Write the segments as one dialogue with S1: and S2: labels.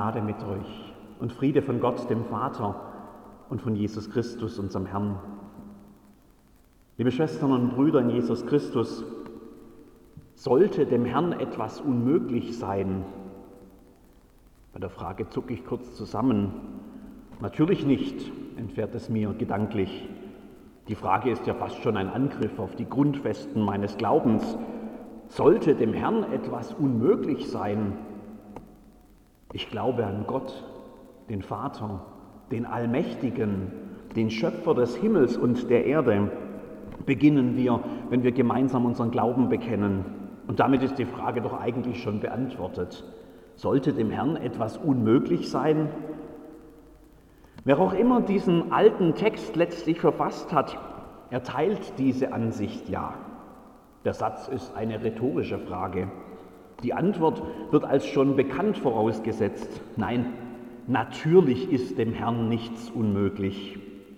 S1: Gnade mit euch und Friede von Gott, dem Vater und von Jesus Christus, unserem Herrn. Liebe Schwestern und Brüder in Jesus Christus, sollte dem Herrn etwas unmöglich sein? Bei der Frage zucke ich kurz zusammen. Natürlich nicht, entfährt es mir gedanklich. Die Frage ist ja fast schon ein Angriff auf die Grundfesten meines Glaubens. Sollte dem Herrn etwas unmöglich sein? Ich glaube an Gott, den Vater, den Allmächtigen, den Schöpfer des Himmels und der Erde. Beginnen wir, wenn wir gemeinsam unseren Glauben bekennen. Und damit ist die Frage doch eigentlich schon beantwortet. Sollte dem Herrn etwas unmöglich sein? Wer auch immer diesen alten Text letztlich verfasst hat, er teilt diese Ansicht ja. Der Satz ist eine rhetorische Frage. Die Antwort wird als schon bekannt vorausgesetzt. Nein, natürlich ist dem Herrn nichts unmöglich.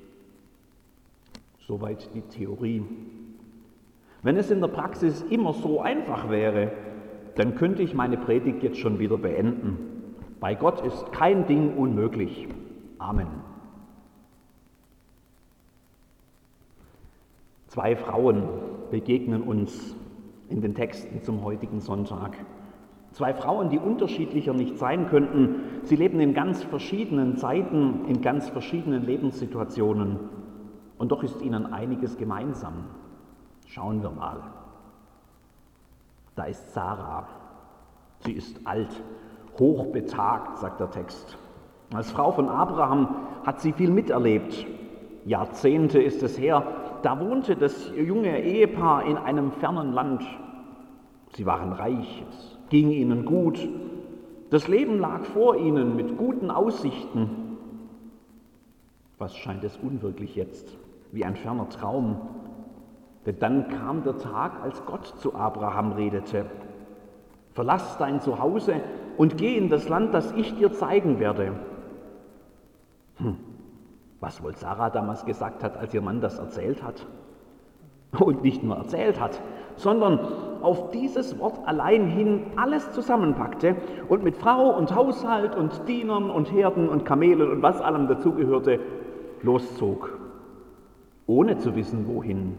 S1: Soweit die Theorie. Wenn es in der Praxis immer so einfach wäre, dann könnte ich meine Predigt jetzt schon wieder beenden. Bei Gott ist kein Ding unmöglich. Amen. Zwei Frauen begegnen uns in den Texten zum heutigen Sonntag. Zwei Frauen, die unterschiedlicher nicht sein könnten. Sie leben in ganz verschiedenen Zeiten, in ganz verschiedenen Lebenssituationen. Und doch ist ihnen einiges gemeinsam. Schauen wir mal. Da ist Sarah. Sie ist alt, hochbetagt, sagt der Text. Als Frau von Abraham hat sie viel miterlebt. Jahrzehnte ist es her, da wohnte das junge Ehepaar in einem fernen Land. Sie waren reich, es ging ihnen gut. Das Leben lag vor ihnen mit guten Aussichten. Was scheint es unwirklich jetzt, wie ein ferner Traum. Denn dann kam der Tag, als Gott zu Abraham redete. Verlass dein Zuhause und geh in das Land, das ich dir zeigen werde. Was wohl Sarah damals gesagt hat, als ihr Mann das erzählt hat? Und nicht nur erzählt hat, sondern auf dieses Wort allein hin alles zusammenpackte und mit Frau und Haushalt und Dienern und Herden und Kamelen und was allem dazugehörte, loszog, ohne zu wissen, wohin.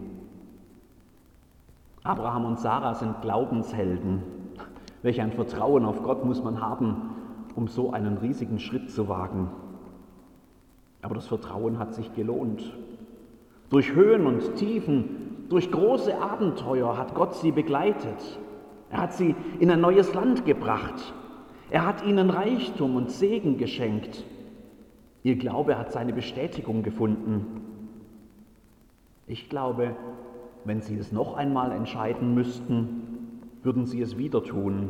S1: Abraham und Sarah sind Glaubenshelden. Welch ein Vertrauen auf Gott muss man haben, um so einen riesigen Schritt zu wagen. Aber das Vertrauen hat sich gelohnt. Durch Höhen und Tiefen, durch große Abenteuer hat Gott sie begleitet. Er hat sie in ein neues Land gebracht. Er hat ihnen Reichtum und Segen geschenkt. Ihr Glaube hat seine Bestätigung gefunden. Ich glaube, wenn sie es noch einmal entscheiden müssten, würden sie es wieder tun.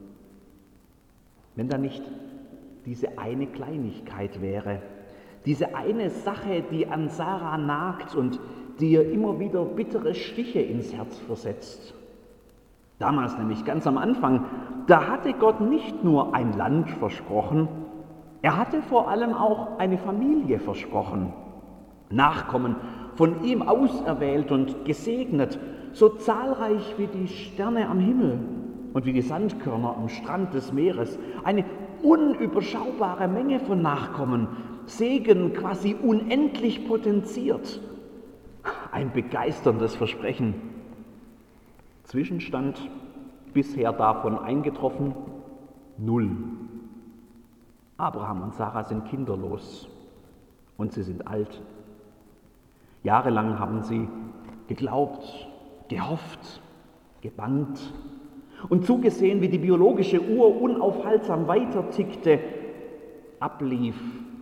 S1: Wenn da nicht diese eine Kleinigkeit wäre, diese eine Sache, die an Sarah nagt und die ihr immer wieder bittere Stiche ins Herz versetzt. Damals nämlich ganz am Anfang, da hatte Gott nicht nur ein Land versprochen, er hatte vor allem auch eine Familie versprochen. Nachkommen, von ihm auserwählt und gesegnet, so zahlreich wie die Sterne am Himmel und wie die Sandkörner am Strand des Meeres. Eine unüberschaubare Menge von Nachkommen, Segen quasi unendlich potenziert. Ein begeisterndes Versprechen. Zwischenstand bisher davon eingetroffen, 0. Abraham und Sarah sind kinderlos und sie sind alt. Jahrelang haben sie geglaubt, gehofft, gebangt und zugesehen, wie die biologische Uhr unaufhaltsam weiter tickte, ablief.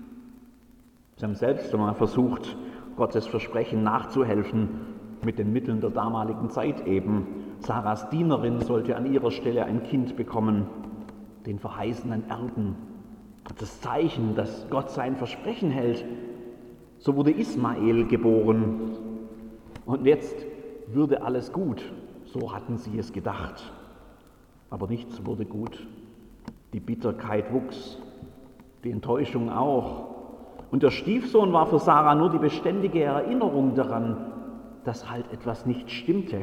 S1: Sie haben selbst einmal versucht, Gottes Versprechen nachzuhelfen, mit den Mitteln der damaligen Zeit eben. Sarahs Dienerin sollte an ihrer Stelle ein Kind bekommen, den verheißenen Erben. Das Zeichen, dass Gott sein Versprechen hält. So wurde Ismael geboren. Und jetzt würde alles gut. So hatten sie es gedacht. Aber nichts wurde gut. Die Bitterkeit wuchs, die Enttäuschung auch. Und der Stiefsohn war für Sarah nur die beständige Erinnerung daran, dass halt etwas nicht stimmte.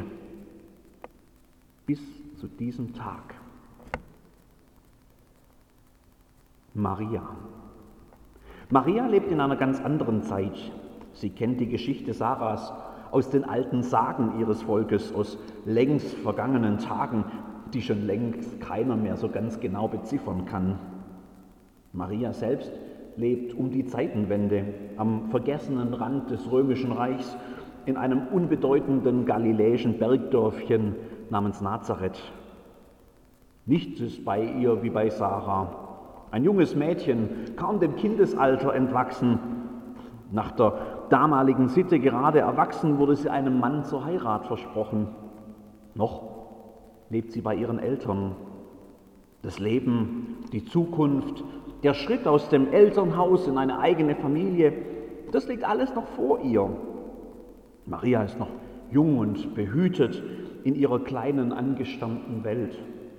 S1: Bis zu diesem Tag. Maria. Maria lebt in einer ganz anderen Zeit. Sie kennt die Geschichte Sarahs aus den alten Sagen ihres Volkes, aus längst vergangenen Tagen, die schon längst keiner mehr so ganz genau beziffern kann. Maria selbst lebt um die Zeitenwende am vergessenen Rand des Römischen Reichs in einem unbedeutenden galiläischen Bergdörfchen namens Nazareth. Nichts ist bei ihr wie bei Sarah. Ein junges Mädchen, kaum dem Kindesalter entwachsen. Nach der damaligen Sitte gerade erwachsen, wurde sie einem Mann zur Heirat versprochen. Noch lebt sie bei ihren Eltern. Das Leben, die Zukunft, der Schritt aus dem Elternhaus in eine eigene Familie, das liegt alles noch vor ihr. Maria ist noch jung und behütet in ihrer kleinen, angestammten Welt.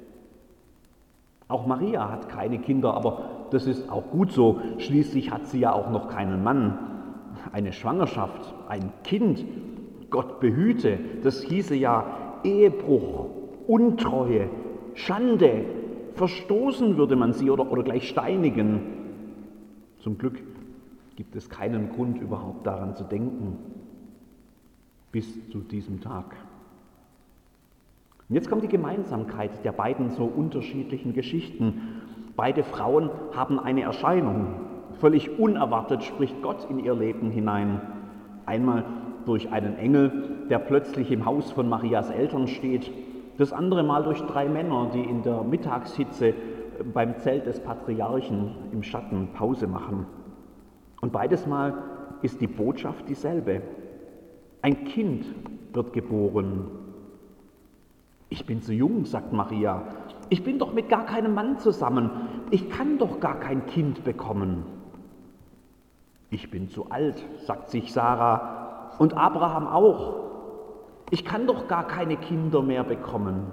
S1: Auch Maria hat keine Kinder, aber das ist auch gut so. Schließlich hat sie ja auch noch keinen Mann. Eine Schwangerschaft, ein Kind, Gott behüte, das hieße ja Ehebruch, Untreue, Schande. Verstoßen würde man sie oder gleich steinigen. Zum Glück gibt es keinen Grund, überhaupt daran zu denken. Bis zu diesem Tag. Und jetzt kommt die Gemeinsamkeit der beiden so unterschiedlichen Geschichten. Beide Frauen haben eine Erscheinung. Völlig unerwartet spricht Gott in ihr Leben hinein. Einmal durch einen Engel, der plötzlich im Haus von Marias Eltern steht. Das andere Mal durch 3 Männer, die in der Mittagshitze beim Zelt des Patriarchen im Schatten Pause machen. Und beides Mal ist die Botschaft dieselbe. Ein Kind wird geboren. Ich bin zu jung, sagt Maria. Ich bin doch mit gar keinem Mann zusammen. Ich kann doch gar kein Kind bekommen. Ich bin zu alt, sagt sich Sarah, und Abraham auch. Ich kann doch gar keine Kinder mehr bekommen.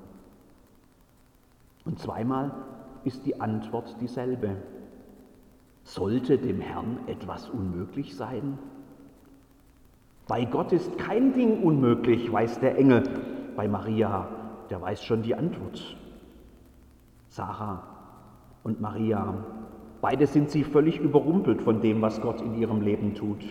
S1: Und zweimal ist die Antwort dieselbe. Sollte dem Herrn etwas unmöglich sein? Bei Gott ist kein Ding unmöglich, weiß der Engel. Bei Maria, der weiß schon die Antwort. Sarah und Maria, beide sind sie völlig überrumpelt von dem, was Gott in ihrem Leben tut.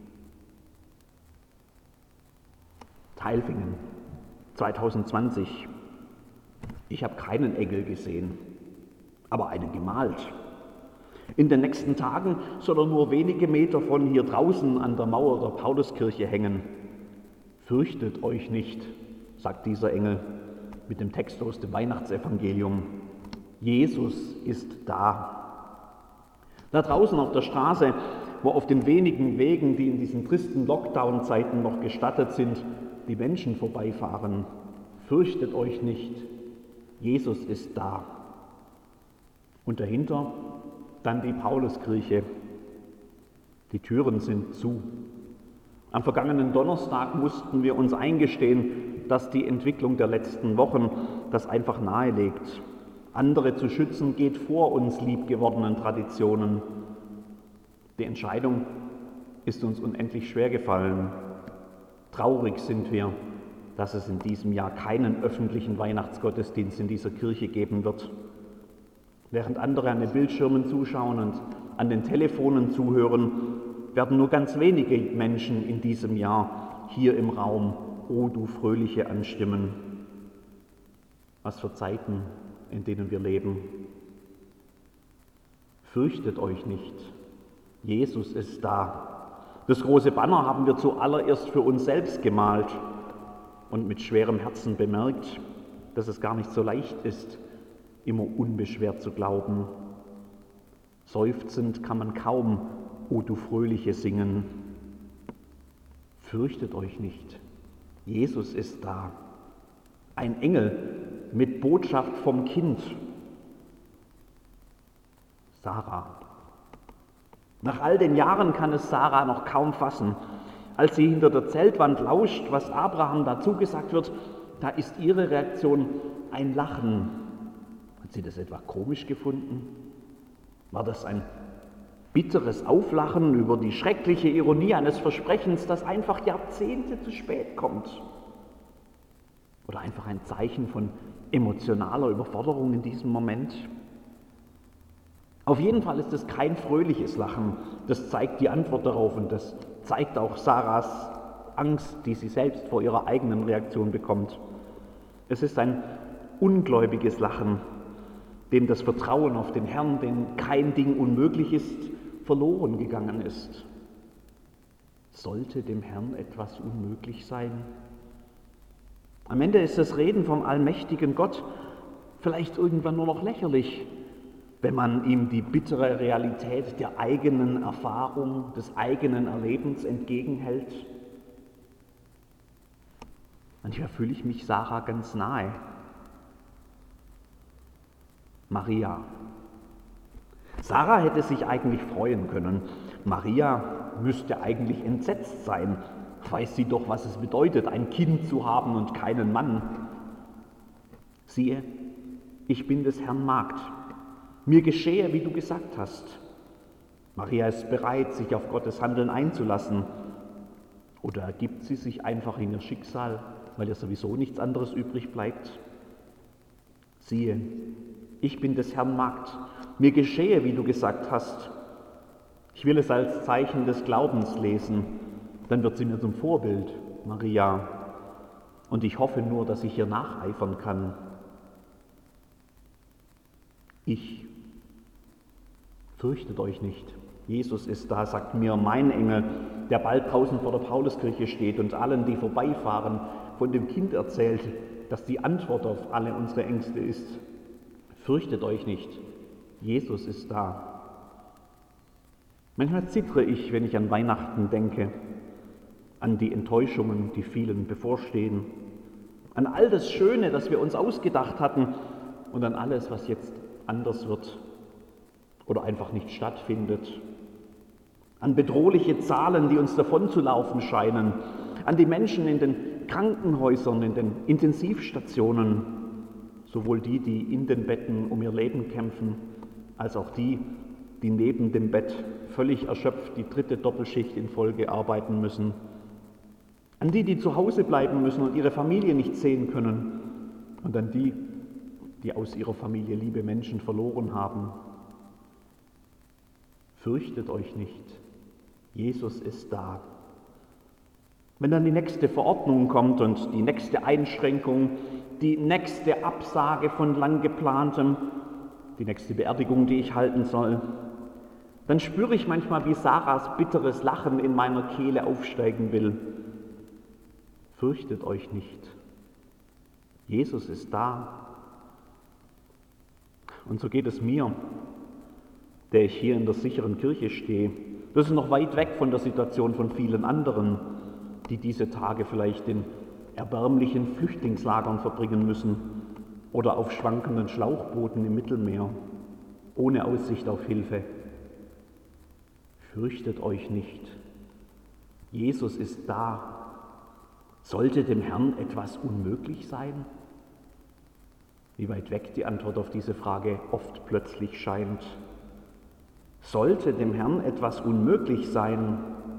S1: Tailfingen, 2020. Ich habe keinen Engel gesehen, aber einen gemalt. In den nächsten Tagen soll er nur wenige Meter von hier draußen an der Mauer der Pauluskirche hängen. Fürchtet euch nicht, sagt dieser Engel mit dem Text aus dem Weihnachtsevangelium. Jesus ist da. Da draußen auf der Straße, wo auf den wenigen Wegen, die in diesen tristen Lockdown-Zeiten noch gestattet sind, die Menschen vorbeifahren. Fürchtet euch nicht, Jesus ist da. Und dahinter dann die Pauluskirche. Die Türen sind zu. Am vergangenen Donnerstag mussten wir uns eingestehen, dass die Entwicklung der letzten Wochen das einfach nahelegt. Andere zu schützen geht vor uns liebgewordenen Traditionen. Die Entscheidung ist uns unendlich schwer gefallen. Traurig sind wir, dass es in diesem Jahr keinen öffentlichen Weihnachtsgottesdienst in dieser Kirche geben wird. Während andere an den Bildschirmen zuschauen und an den Telefonen zuhören, werden nur ganz wenige Menschen in diesem Jahr hier im Raum O du Fröhliche anstimmen. Was für Zeiten, in denen wir leben. Fürchtet euch nicht, Jesus ist da. Das große Banner haben wir zuallererst für uns selbst gemalt und mit schwerem Herzen bemerkt, dass es gar nicht so leicht ist, immer unbeschwert zu glauben. Seufzend kann man kaum O du Fröhliche singen. Fürchtet euch nicht, Jesus ist da. Ein Engel mit Botschaft vom Kind. Sarah. Nach all den Jahren kann es Sarah noch kaum fassen. Als sie hinter der Zeltwand lauscht, was Abraham dazu gesagt wird, da ist ihre Reaktion ein Lachen. Hat sie das etwa komisch gefunden? War das ein bitteres Auflachen über die schreckliche Ironie eines Versprechens, das einfach Jahrzehnte zu spät kommt? Oder einfach ein Zeichen von emotionaler Überforderung in diesem Moment? Auf jeden Fall ist es kein fröhliches Lachen. Das zeigt die Antwort darauf und das zeigt auch Sarahs Angst, die sie selbst vor ihrer eigenen Reaktion bekommt. Es ist ein ungläubiges Lachen, dem das Vertrauen auf den Herrn, dem kein Ding unmöglich ist, verloren gegangen ist. Sollte dem Herrn etwas unmöglich sein? Am Ende ist das Reden vom allmächtigen Gott vielleicht irgendwann nur noch lächerlich, wenn man ihm die bittere Realität der eigenen Erfahrung, des eigenen Erlebens entgegenhält. Manchmal fühle ich mich Sarah ganz nahe. Maria. Sarah hätte sich eigentlich freuen können. Maria müsste eigentlich entsetzt sein. Weiß sie doch, was es bedeutet, ein Kind zu haben und keinen Mann. Siehe, ich bin des Herrn Magd. Mir geschehe, wie du gesagt hast. Maria ist bereit, sich auf Gottes Handeln einzulassen. Oder ergibt sie sich einfach in ihr Schicksal, weil ihr sowieso nichts anderes übrig bleibt? Siehe, ich bin des Herrn Magd. Mir geschehe, wie du gesagt hast. Ich will es als Zeichen des Glaubens lesen. Dann wird sie mir zum Vorbild, Maria. Und ich hoffe nur, dass ich ihr nacheifern kann. Fürchtet euch nicht. Jesus ist da, sagt mir mein Engel, der bald draußen vor der Pauluskirche steht und allen, die vorbeifahren, von dem Kind erzählt, das die Antwort auf alle unsere Ängste ist. Fürchtet euch nicht. Jesus ist da. Manchmal zittere ich, wenn ich an Weihnachten denke, an die Enttäuschungen, die vielen bevorstehen, an all das Schöne, das wir uns ausgedacht hatten und an alles, was jetzt anders wird oder einfach nicht stattfindet, an bedrohliche Zahlen, die uns davonzulaufen scheinen, an die Menschen in den Krankenhäusern, in den Intensivstationen, sowohl die, die in den Betten um ihr Leben kämpfen, als auch die, die neben dem Bett völlig erschöpft die 3. Doppelschicht in Folge arbeiten müssen, an die, die zu Hause bleiben müssen und ihre Familie nicht sehen können und an die, die aus ihrer Familie liebe Menschen verloren haben. Fürchtet euch nicht, Jesus ist da. Wenn dann die nächste Verordnung kommt und die nächste Einschränkung, die nächste Absage von lang geplantem, die nächste Beerdigung, die ich halten soll, dann spüre ich manchmal, wie Sarahs bitteres Lachen in meiner Kehle aufsteigen will. Fürchtet euch nicht, Jesus ist da. Und so geht es mir, der ich hier in der sicheren Kirche stehe. Das ist noch weit weg von der Situation von vielen anderen, die diese Tage vielleicht in erbärmlichen Flüchtlingslagern verbringen müssen oder auf schwankenden Schlauchbooten im Mittelmeer, ohne Aussicht auf Hilfe. Fürchtet euch nicht, Jesus ist da. Sollte dem Herrn etwas unmöglich sein? Wie weit weg die Antwort auf diese Frage oft plötzlich scheint. Sollte dem Herrn etwas unmöglich sein?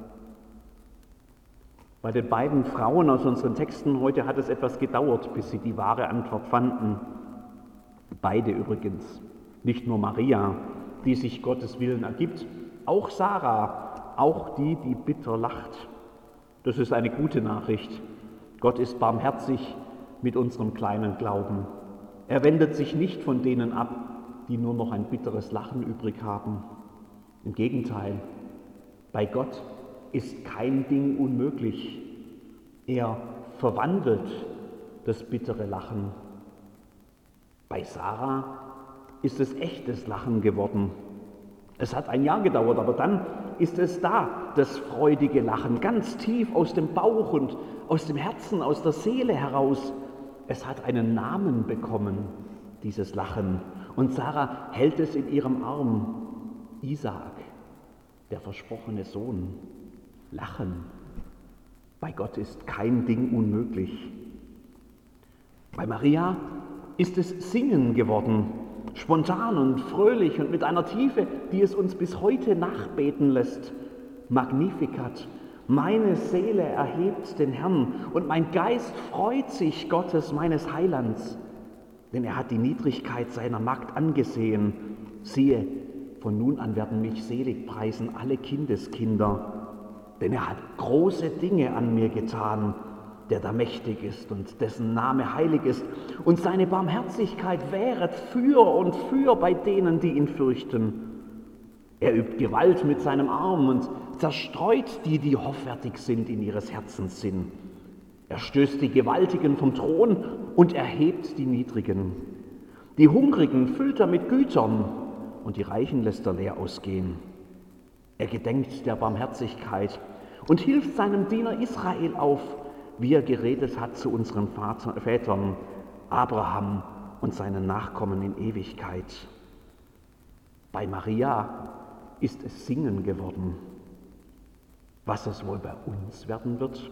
S1: Bei den beiden Frauen aus unseren Texten heute hat es etwas gedauert, bis sie die wahre Antwort fanden. Beide übrigens, nicht nur Maria, die sich Gottes Willen ergibt, auch Sarah, auch die, die bitter lacht. Das ist eine gute Nachricht. Gott ist barmherzig mit unserem kleinen Glauben. Er wendet sich nicht von denen ab, die nur noch ein bitteres Lachen übrig haben. Im Gegenteil, bei Gott ist kein Ding unmöglich. Er verwandelt das bittere Lachen. Bei Sarah ist es echtes Lachen geworden. Es hat ein Jahr gedauert, aber dann ist es da, das freudige Lachen, ganz tief aus dem Bauch und aus dem Herzen, aus der Seele heraus. Es hat einen Namen bekommen, dieses Lachen. Und Sarah hält es in ihrem Arm. Isaak, der versprochene Sohn. Lachen. Bei Gott ist kein Ding unmöglich. Bei Maria ist es Singen geworden. Spontan und fröhlich und mit einer Tiefe, die es uns bis heute nachbeten lässt. Magnificat. Meine Seele erhebt den Herrn und mein Geist freut sich Gottes, meines Heilands. Denn er hat die Niedrigkeit seiner Magd angesehen. Siehe, Von nun an werden mich selig preisen alle Kindeskinder, denn er hat große Dinge an mir getan, der da mächtig ist und dessen Name heilig ist. Und seine Barmherzigkeit währet für und für bei denen, die ihn fürchten. Er übt Gewalt mit seinem Arm und zerstreut die, die hoffärtig sind in ihres Herzens Sinn. Er stößt die Gewaltigen vom Thron und erhebt die Niedrigen. Die Hungrigen füllt er mit Gütern und die Reichen lässt er leer ausgehen. Er gedenkt der Barmherzigkeit und hilft seinem Diener Israel auf, wie er geredet hat zu unseren Vätern, Abraham und seinen Nachkommen in Ewigkeit. Bei Maria ist es Singen geworden. Was es wohl bei uns werden wird?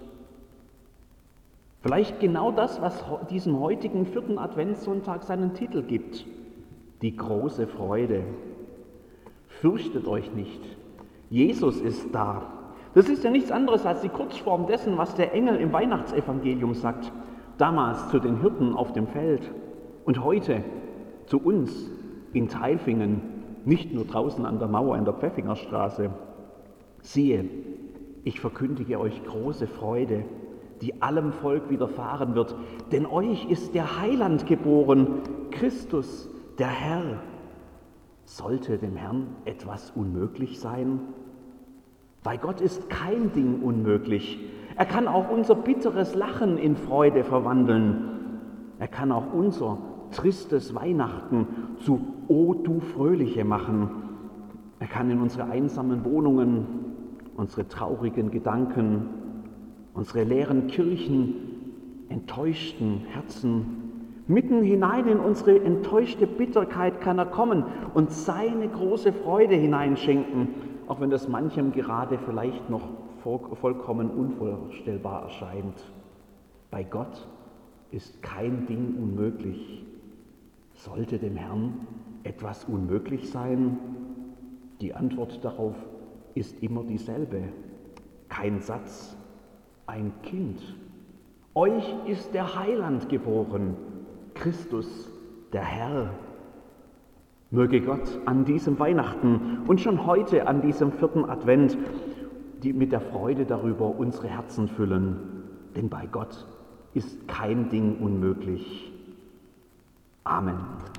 S1: Vielleicht genau das, was diesem heutigen 4. Adventssonntag seinen Titel gibt. Die große Freude. Fürchtet euch nicht. Jesus ist da. Das ist ja nichts anderes als die Kurzform dessen, was der Engel im Weihnachtsevangelium sagt. Damals zu den Hirten auf dem Feld und heute zu uns in Tailfingen, nicht nur draußen an der Mauer in der Pfäffingerstraße. Siehe, ich verkündige euch große Freude, die allem Volk widerfahren wird, denn euch ist der Heiland geboren, Christus, der Herr. Sollte dem Herrn etwas unmöglich sein? Bei Gott ist kein Ding unmöglich. Er kann auch unser bitteres Lachen in Freude verwandeln. Er kann auch unser tristes Weihnachten zu O du Fröhliche machen. Er kann in unsere einsamen Wohnungen, unsere traurigen Gedanken, unsere leeren Kirchen, enttäuschten Herzen, mitten hinein in unsere enttäuschte Bitterkeit kann er kommen und seine große Freude hineinschenken, auch wenn das manchem gerade vielleicht noch vollkommen unvorstellbar erscheint. Bei Gott ist kein Ding unmöglich. Sollte dem Herrn etwas unmöglich sein? Die Antwort darauf ist immer dieselbe. Kein Satz, ein Kind. Euch ist der Heiland geboren, Christus, der Herr. Möge Gott an diesem Weihnachten und schon heute an diesem 4. Advent mit der Freude darüber unsere Herzen füllen, denn bei Gott ist kein Ding unmöglich. Amen.